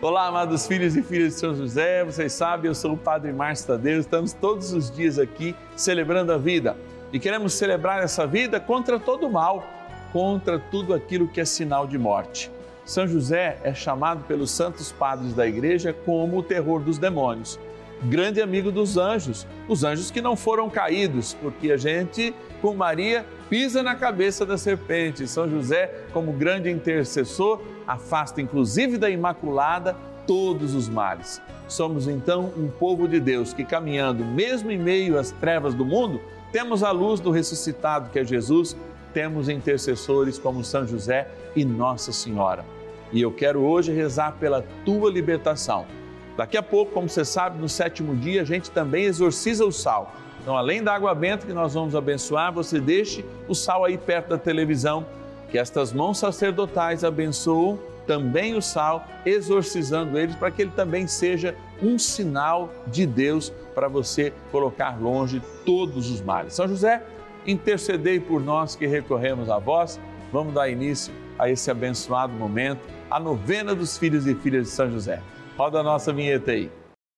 Olá, amados filhos e filhas de São José, vocês sabem, eu sou o Padre Márcio Tadeu, estamos todos os dias aqui celebrando a vida e queremos celebrar essa vida contra todo o mal, contra tudo aquilo que é sinal de morte. São José é chamado pelos santos padres da Igreja como o terror dos demônios, grande amigo dos anjos, os anjos que não foram caídos, porque a gente, com Maria, pisa na cabeça da serpente. São José, como grande intercessor, afasta inclusive da Imaculada todos os males. Somos então um povo de Deus que, caminhando mesmo em meio às trevas do mundo, temos a luz do ressuscitado que é Jesus, temos intercessores como São José e Nossa Senhora. E eu quero hoje rezar pela tua libertação. Daqui a pouco, como você sabe, no 7º dia a gente também exorciza o sal. Então, além da água benta que nós vamos abençoar, você deixe o sal aí perto da televisão, que estas mãos sacerdotais abençoam também o sal, exorcizando eles para que ele também seja um sinal de Deus para você colocar longe todos os males. São José, intercedei por nós que recorremos a vós. Vamos dar início a esse abençoado momento, a novena dos filhos e filhas de São José. Roda a nossa vinheta aí.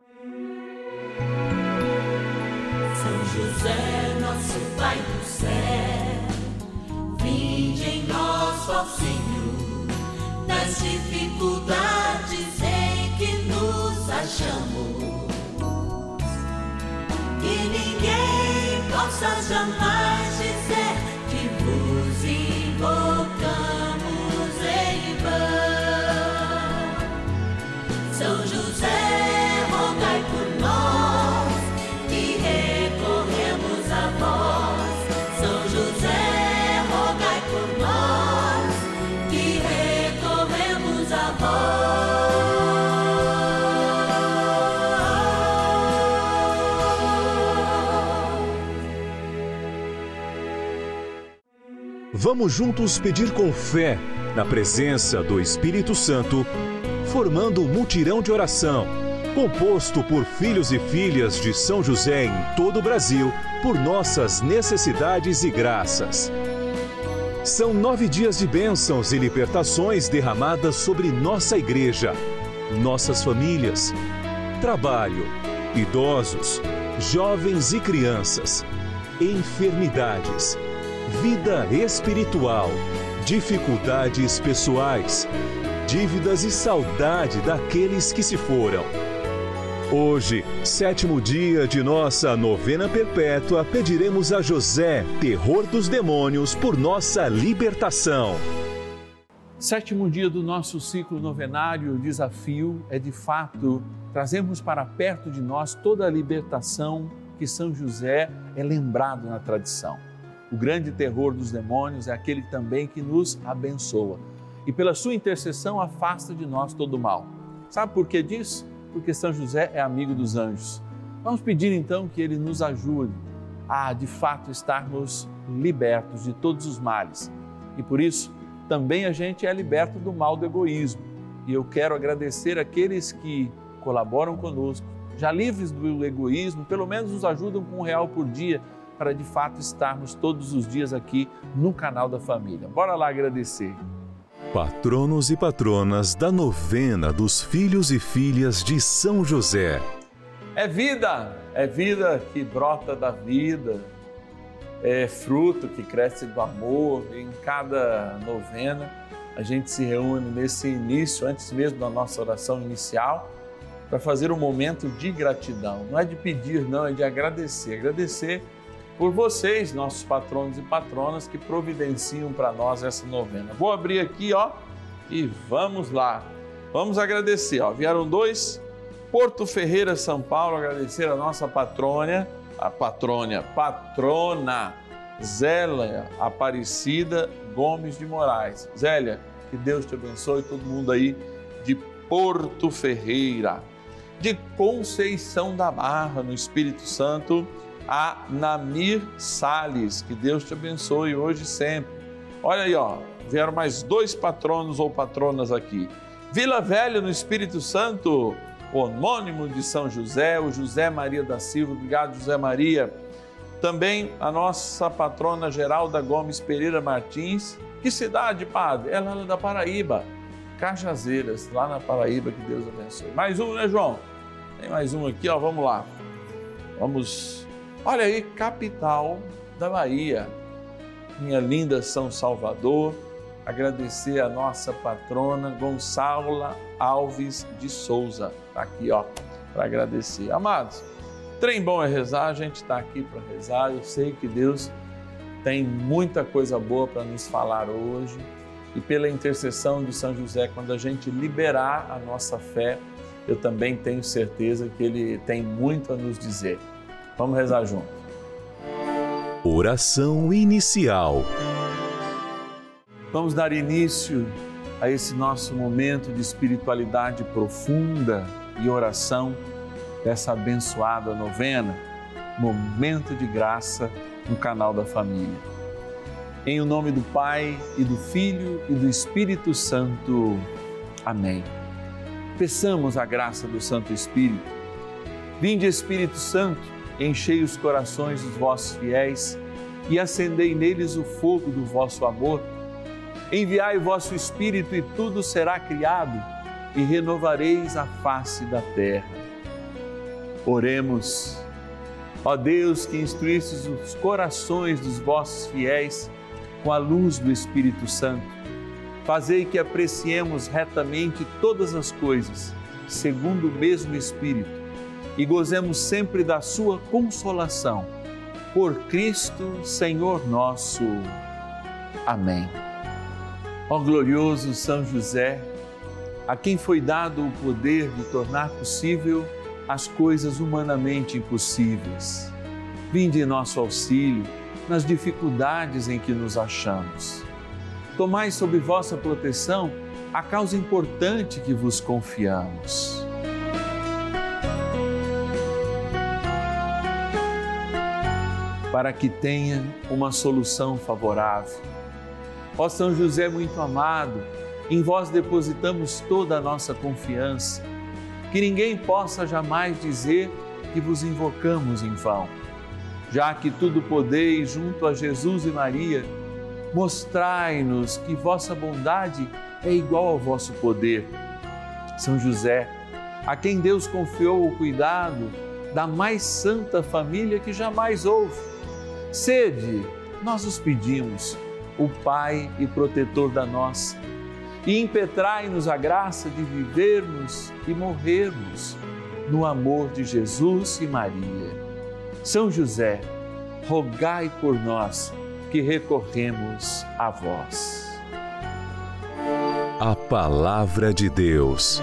São José, nosso Pai do céu, vinde em nós, ó Senhor, nas dificuldades em que nos achamos, que ninguém possa jamais dizer que vos invocamos em vão. São José, rogai por nós, que recorremos a vós. São José, rogai por nós, que recorremos a vós. Vamos juntos pedir com fé, na presença do Espírito Santo, formando um mutirão de oração, composto por filhos e filhas de São José em todo o Brasil, por nossas necessidades e graças. São 9 dias de bênçãos e libertações derramadas sobre nossa igreja, nossas famílias, trabalho, idosos, jovens e crianças, enfermidades, vida espiritual, dificuldades pessoais, dívidas e saudade daqueles que se foram. Hoje, 7º dia de nossa novena perpétua, pediremos a José, terror dos demônios, por nossa libertação. 7º dia do nosso ciclo novenário, o desafio é de fato trazermos para perto de nós toda a libertação que São José é lembrado na tradição. O grande terror dos demônios é aquele também que nos abençoa e pela sua intercessão afasta de nós todo o mal. Sabe por que disso? Porque São José é amigo dos anjos. Vamos pedir então que ele nos ajude a de fato estarmos libertos de todos os males. E por isso também a gente é liberto do mal do egoísmo. E eu quero agradecer aqueles que colaboram conosco, já livres do egoísmo, pelo menos nos ajudam com R$1 por dia, para de fato estarmos todos os dias aqui no canal da família. Bora lá agradecer. Patronos e patronas da novena dos filhos e filhas de São José. É vida que brota da vida, é fruto que cresce do amor. Em cada novena a gente se reúne nesse início, antes mesmo da nossa oração inicial, para fazer um momento de gratidão. Não é de pedir, não, é de agradecer. Agradecer por vocês, nossos patronos e patronas, que providenciam para nós essa novena. Vou abrir aqui, e vamos lá. Vamos agradecer, Vieram 2, Porto Ferreira, São Paulo, agradecer a nossa patrona Zélia Aparecida Gomes de Moraes. Zélia, que Deus te abençoe, todo mundo aí de Porto Ferreira. De Conceição da Barra, no Espírito Santo, a Namir Salles, que Deus te abençoe hoje e sempre. Olha aí, vieram mais 2 patronos ou patronas aqui. Vila Velha, no Espírito Santo, o homônimo de São José, o José Maria da Silva, obrigado José Maria. Também a nossa patrona Geralda Gomes Pereira Martins. Que cidade, padre? Ela é da Paraíba. Cajazeiras, lá na Paraíba, que Deus abençoe. Mais um, né, João? Tem mais um aqui, ó, vamos lá. Vamos, olha aí, capital da Bahia, minha linda São Salvador, agradecer a nossa patrona Gonçala Alves de Souza, tá aqui, ó, para agradecer. Amados, trem bom é rezar, a gente está aqui para rezar, eu sei que Deus tem muita coisa boa para nos falar hoje e pela intercessão de São José, quando a gente liberar a nossa fé, eu também tenho certeza que Ele tem muito a nos dizer. Vamos rezar junto. Oração inicial. Vamos dar início a esse nosso momento de espiritualidade profunda e oração dessa abençoada novena, Momento de Graça no canal da Família. Em o nome do Pai e do Filho e do Espírito Santo. Amém. Peçamos a graça do Santo Espírito. Vinde, Espírito Santo, enchei os corações dos vossos fiéis e acendei neles o fogo do vosso amor. Enviai o vosso Espírito e tudo será criado e renovareis a face da terra. Oremos. Ó Deus, que instruístes os corações dos vossos fiéis com a luz do Espírito Santo, fazei que apreciemos retamente todas as coisas, segundo o mesmo Espírito, e gozemos sempre da sua consolação. Por Cristo, Senhor nosso. Amém. Ó glorioso São José, a quem foi dado o poder de tornar possível as coisas humanamente impossíveis, vinde em nosso auxílio nas dificuldades em que nos achamos. Tomai sob vossa proteção a causa importante que vos confiamos. Para que tenha uma solução favorável. Ó São José muito amado, em vós depositamos toda a nossa confiança. Que ninguém possa jamais dizer que vos invocamos em vão. Já que tudo podeis junto a Jesus e Maria, mostrai-nos que vossa bondade é igual ao vosso poder. São José, a quem Deus confiou o cuidado da mais santa família que jamais houve, sede, nós os pedimos, o Pai e protetor da nossa, e impetrai-nos a graça de vivermos e morrermos no amor de Jesus e Maria. São José, rogai por nós que recorremos a vós. A Palavra de Deus.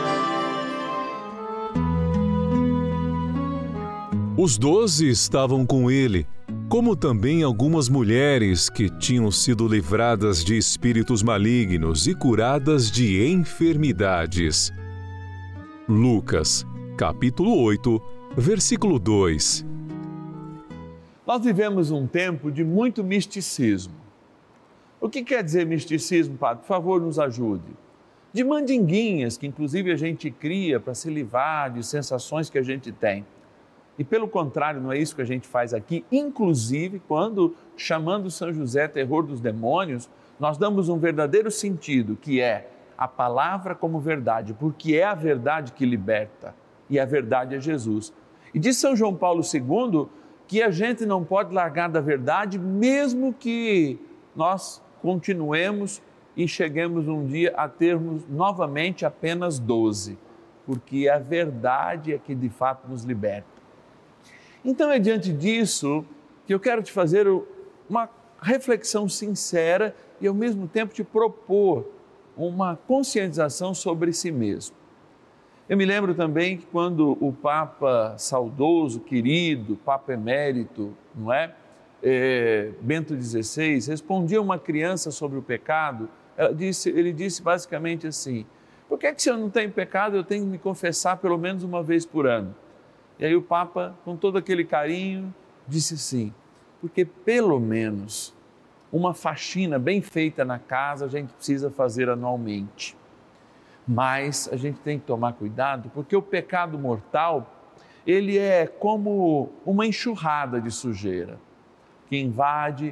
Os 12 estavam com ele, como também algumas mulheres que tinham sido livradas de espíritos malignos e curadas de enfermidades. Lucas, capítulo 8, versículo 2. Nós vivemos um tempo de muito misticismo. O que quer dizer misticismo, Padre? Por favor, nos ajude. De mandinguinhas, que inclusive a gente cria para se livrar de sensações que a gente tem. E pelo contrário, não é isso que a gente faz aqui. Inclusive, quando chamando São José terror dos demônios, nós damos um verdadeiro sentido, que é a palavra como verdade, porque é a verdade que liberta. E a verdade é Jesus. E diz São João Paulo II que a gente não pode largar da verdade, mesmo que nós continuemos e cheguemos um dia a termos novamente apenas 12, porque a verdade é que de fato nos liberta. Então é diante disso que eu quero te fazer uma reflexão sincera e ao mesmo tempo te propor uma conscientização sobre si mesmo. Eu me lembro também que quando o Papa saudoso, querido, Papa emérito, não é? Bento XVI, respondia a uma criança sobre o pecado, ele disse basicamente assim: por que se eu não tenho pecado, eu tenho que me confessar pelo menos uma vez por ano? E aí o Papa, com todo aquele carinho, disse assim: porque pelo menos uma faxina bem feita na casa a gente precisa fazer anualmente. Mas a gente tem que tomar cuidado, porque o pecado mortal, ele é como uma enxurrada de sujeira, que invade,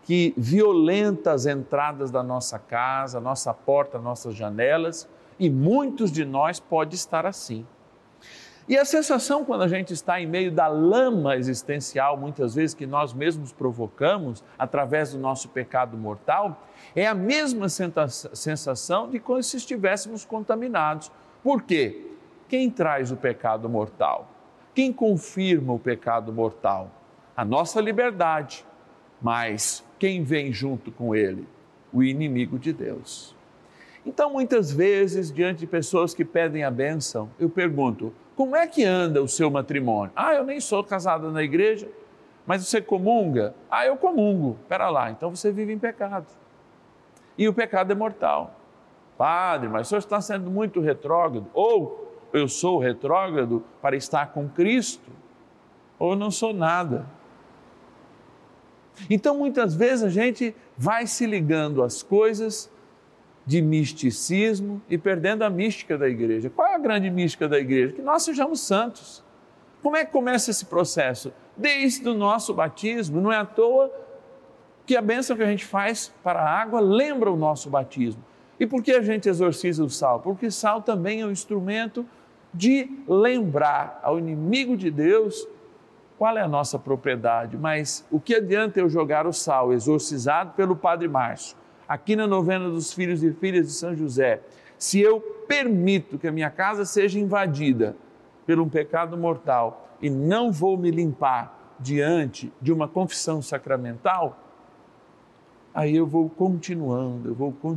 que violenta as entradas da nossa casa, nossa porta, nossas janelas, e muitos de nós pode estar assim. E a sensação quando a gente está em meio da lama existencial, muitas vezes que nós mesmos provocamos através do nosso pecado mortal, é a mesma sensação de como se estivéssemos contaminados. Por quê? Quem traz o pecado mortal? Quem confirma o pecado mortal? A nossa liberdade, mas quem vem junto com ele? O inimigo de Deus. Então, muitas vezes, diante de pessoas que pedem a bênção, eu pergunto, como é que anda o seu matrimônio? Eu nem sou casada na igreja, mas você comunga? Eu comungo. Espera lá, então você vive em pecado. E o pecado é mortal. Padre, mas o senhor está sendo muito retrógrado. Ou eu sou retrógrado para estar com Cristo, ou não sou nada. Então, muitas vezes a gente vai se ligando às coisas de misticismo e perdendo a mística da igreja. Qual é a grande mística da igreja? Que nós sejamos santos. Como é que começa esse processo? Desde o nosso batismo. Não é à toa que a bênção que a gente faz para a água lembra o nosso batismo. E por que a gente exorciza o sal? Porque sal também é um instrumento de lembrar ao inimigo de Deus qual é a nossa propriedade. Mas o que adianta eu jogar o sal exorcizado pelo Padre Márcio, aqui na novena dos filhos e filhas de São José, se eu permito que a minha casa seja invadida por um pecado mortal e não vou me limpar diante de uma confissão sacramental, aí eu vou continuando.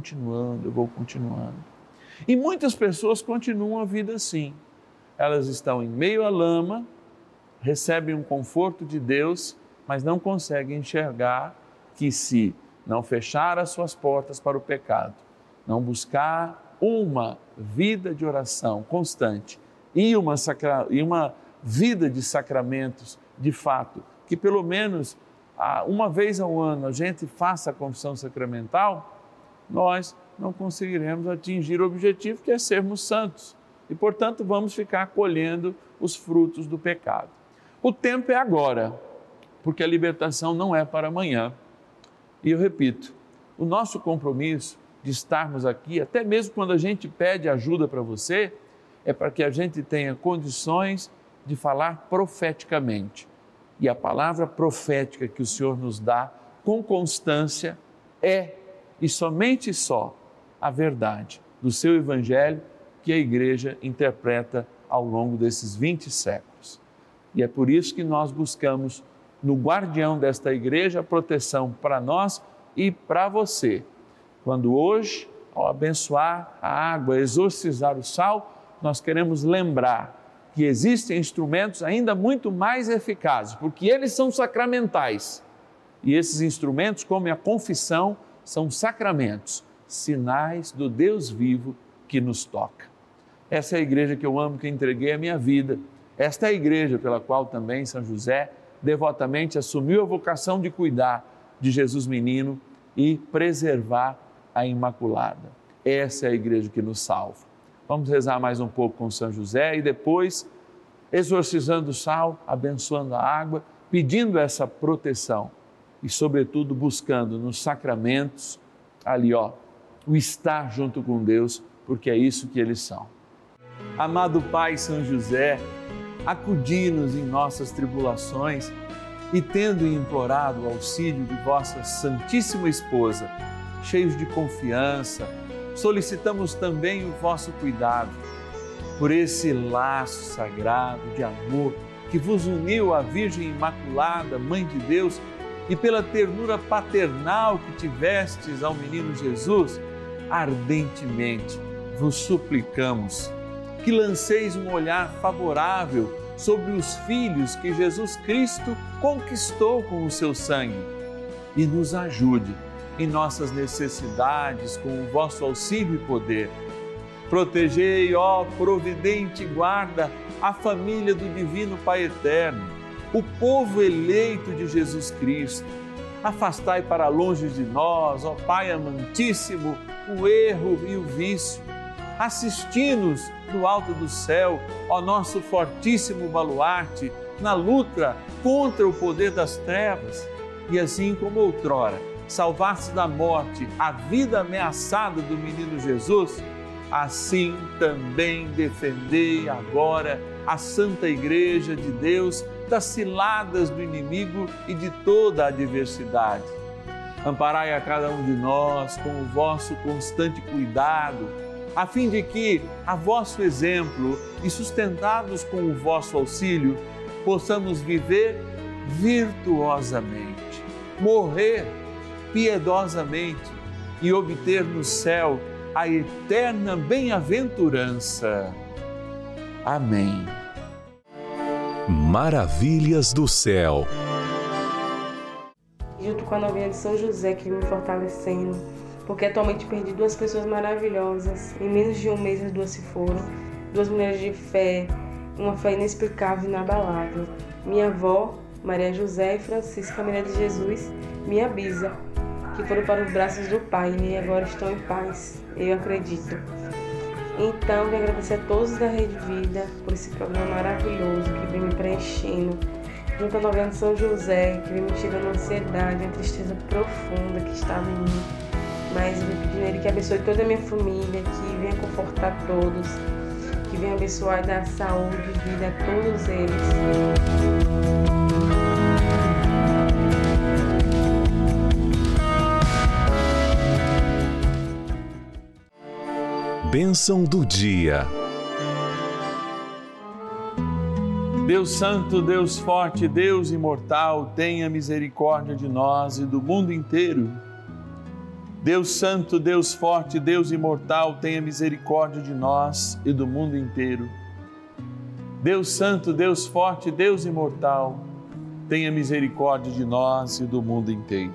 E muitas pessoas continuam a vida assim. Elas estão em meio à lama, recebem um conforto de Deus, mas não conseguem enxergar que se não fechar as suas portas para o pecado, não buscar uma vida de oração constante e uma vida de sacramentos, de fato, que pelo menos uma vez ao ano a gente faça a confissão sacramental, nós não conseguiremos atingir o objetivo que é sermos santos e, portanto, vamos ficar colhendo os frutos do pecado. O tempo é agora, porque a libertação não é para amanhã. E eu repito, o nosso compromisso de estarmos aqui, até mesmo quando a gente pede ajuda para você, é para que a gente tenha condições de falar profeticamente. E a palavra profética que o Senhor nos dá com constância é, e somente só, a verdade do seu Evangelho que a Igreja interpreta ao longo desses 20 séculos. E é por isso que nós buscamos no guardião desta igreja, a proteção para nós e para você. Quando hoje, ao abençoar a água, exorcizar o sal, nós queremos lembrar que existem instrumentos ainda muito mais eficazes, porque eles são sacramentais. E esses instrumentos, como a confissão, são sacramentos, sinais do Deus vivo que nos toca. Essa é a igreja que eu amo, que entreguei a minha vida. Esta é a igreja pela qual também São José devotamente assumiu a vocação de cuidar de Jesus menino e preservar a Imaculada. Essa é a igreja que nos salva. Vamos rezar mais um pouco com São José e depois, exorcizando o sal, abençoando a água, pedindo essa proteção e, sobretudo, buscando nos sacramentos, o estar junto com Deus, porque é isso que eles são. Amado Pai São José, acudi-nos em nossas tribulações e, tendo implorado o auxílio de vossa Santíssima Esposa, cheios de confiança, solicitamos também o vosso cuidado por esse laço sagrado de amor que vos uniu à Virgem Imaculada, Mãe de Deus, e pela ternura paternal que tivestes ao menino Jesus, ardentemente vos suplicamos que lanceis um olhar favorável sobre os filhos que Jesus Cristo conquistou com o seu sangue e nos ajude em nossas necessidades com o vosso auxílio e poder. Protegei, ó providente guarda, a família do Divino Pai Eterno, o povo eleito de Jesus Cristo. Afastai para longe de nós, ó Pai amantíssimo, o erro e o vício. Assisti-nos do alto do céu, ó nosso fortíssimo baluarte, na luta contra o poder das trevas. E assim como outrora salvaste da morte a vida ameaçada do menino Jesus, assim também defendei agora a Santa Igreja de Deus das ciladas do inimigo e de toda a adversidade. Amparai a cada um de nós com o vosso constante cuidado, a fim de que, a vosso exemplo e sustentados com o vosso auxílio, possamos viver virtuosamente, morrer piedosamente e obter no céu a eterna bem-aventurança. Amém. Maravilhas do céu. Junto com a novinha de São José que vem me fortalecendo, porque atualmente perdi duas pessoas maravilhosas. Em menos de um mês as duas se foram, duas mulheres de fé, uma fé inexplicável e inabalável. Minha avó, Maria José, e Francisca Maria de Jesus, minha bisa, que foram para os braços do Pai e agora estão em paz, eu acredito. Então, eu agradecer a todos da Rede Vida por esse programa maravilhoso que vem me preenchendo, junto à novena de São José, que vem me tirando a ansiedade, a tristeza profunda que estava em mim. Mas eu vou pedir a Ele que abençoe toda a minha família, que venha confortar todos, que venha abençoar e dar saúde e vida a todos eles. Bênção do dia. Deus Santo, Deus Forte, Deus Imortal, tenha misericórdia de nós e do mundo inteiro. Deus Santo, Deus Forte, Deus Imortal, tenha misericórdia de nós e do mundo inteiro. Deus Santo, Deus Forte, Deus Imortal, tenha misericórdia de nós e do mundo inteiro.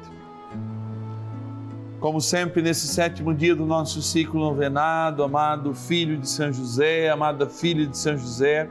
Como sempre, nesse sétimo dia do nosso ciclo novenado, amado Filho de São José, amada Filha de São José,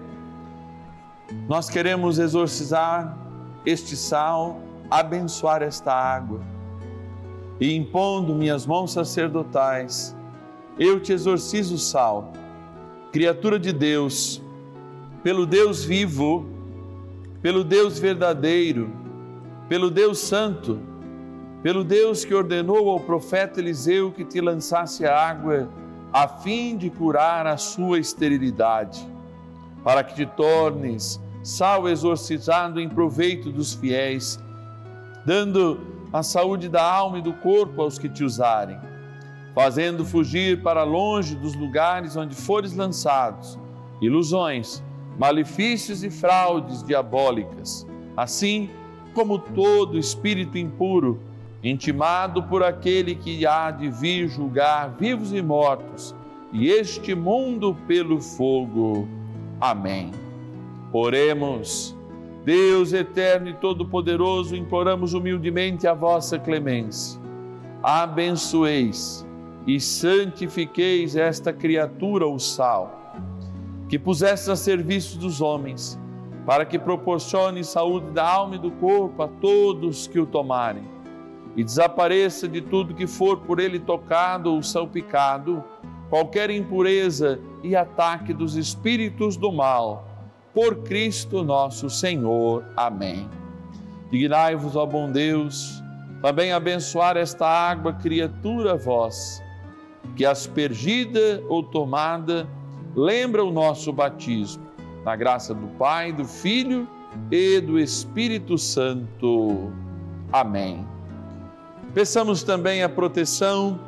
nós queremos exorcizar este sal, abençoar esta água. E impondo minhas mãos sacerdotais, eu te exorcizo, sal, criatura de Deus, pelo Deus vivo, pelo Deus verdadeiro, pelo Deus santo, pelo Deus que ordenou ao profeta Eliseu que te lançasse a água a fim de curar a sua esterilidade, para que te tornes sal exorcizado em proveito dos fiéis, dando a saúde da alma e do corpo aos que te usarem, fazendo fugir para longe dos lugares onde fores lançados ilusões, malefícios e fraudes diabólicas, assim como todo espírito impuro, intimado por aquele que há de vir julgar vivos e mortos, e este mundo pelo fogo. Amém. Oremos. Deus eterno e todo-poderoso, imploramos humildemente a vossa clemência. Abençoeis e santifiqueis esta criatura, o sal, que pusestes a serviço dos homens, para que proporcione saúde da alma e do corpo a todos que o tomarem, e desapareça de tudo que for por ele tocado ou salpicado, qualquer impureza e ataque dos espíritos do mal, por Cristo nosso Senhor. Amém. Dignai-vos, ó bom Deus, também abençoar esta água, criatura vossa, que aspergida ou tomada, lembra o nosso batismo, na graça do Pai, do Filho e do Espírito Santo. Amém. Peçamos também a proteção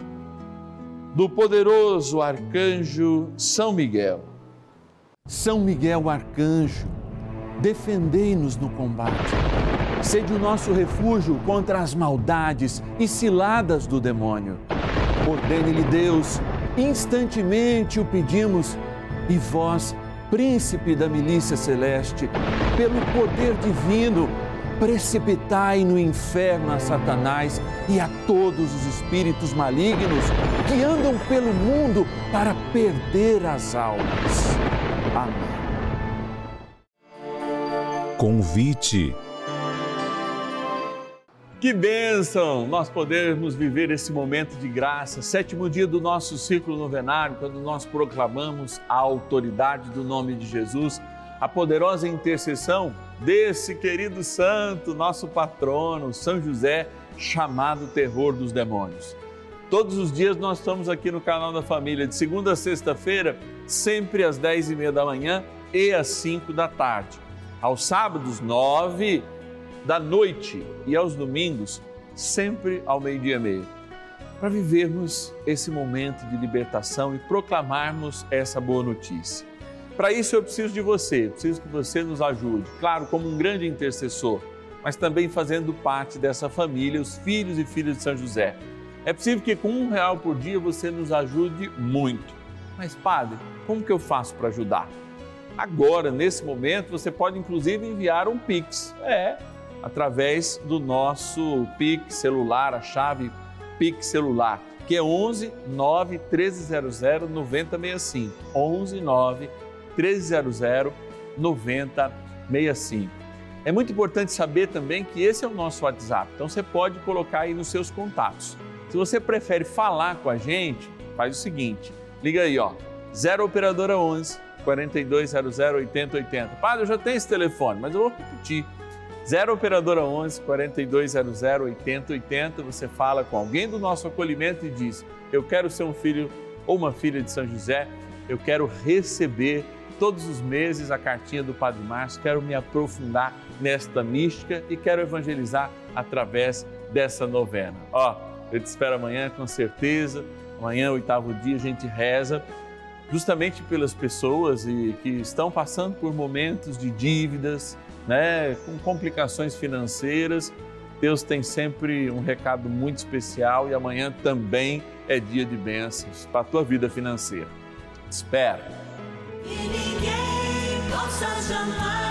do poderoso arcanjo São Miguel. São Miguel arcanjo, defendei-nos no combate. Sede o nosso refúgio contra as maldades e ciladas do demônio. Ordene-lhe Deus, instantemente o pedimos, e vós, príncipe da milícia celeste, pelo poder divino, precipitai no inferno a Satanás e a todos os espíritos malignos que andam pelo mundo para perder as almas. Amém. Convite. Que bênção nós podermos viver esse momento de graça, sétimo dia do nosso ciclo novenário, quando nós proclamamos a autoridade do nome de Jesus, a poderosa intercessão desse querido santo, nosso patrono, São José, chamado terror dos demônios. Todos os dias nós estamos aqui no canal da Família, de segunda a sexta-feira, sempre às 10h30 da manhã e às 5 da tarde. Aos sábados, 9 da noite e aos domingos, sempre ao 12h30. Para vivermos esse momento de libertação e proclamarmos essa boa notícia. Para isso eu preciso de você, preciso que você nos ajude, claro, como um grande intercessor, mas também fazendo parte dessa família, os filhos e filhas de São José. É possível que com R$1 por dia você nos ajude muito. Mas, padre, como que eu faço para ajudar? Agora, nesse momento, você pode inclusive enviar um Pix. Através do nosso Pix celular, a chave Pix celular, que é 11 9 1300 9065. 11 9 1300 9065. É muito importante saber também que esse é o nosso WhatsApp, então você pode colocar aí nos seus contatos. Se você prefere falar com a gente, faz o seguinte, liga aí, 0 operadora 11 4200 8080. Padre, eu já tenho esse telefone, mas eu vou repetir. 0 operadora 11 4200 8080. Você fala com alguém do nosso acolhimento e diz: eu quero ser um filho ou uma filha de São José, eu quero receber todos os meses a cartinha do Padre Márcio, quero me aprofundar nesta mística e quero evangelizar através dessa novena. Eu te espero amanhã com certeza. Amanhã, 8º dia, a gente reza justamente pelas pessoas que estão passando por momentos de dívidas, com complicações financeiras. Deus tem sempre um recado muito especial e amanhã também é dia de bênçãos para a tua vida financeira. Te espero. E ninguém possa jamais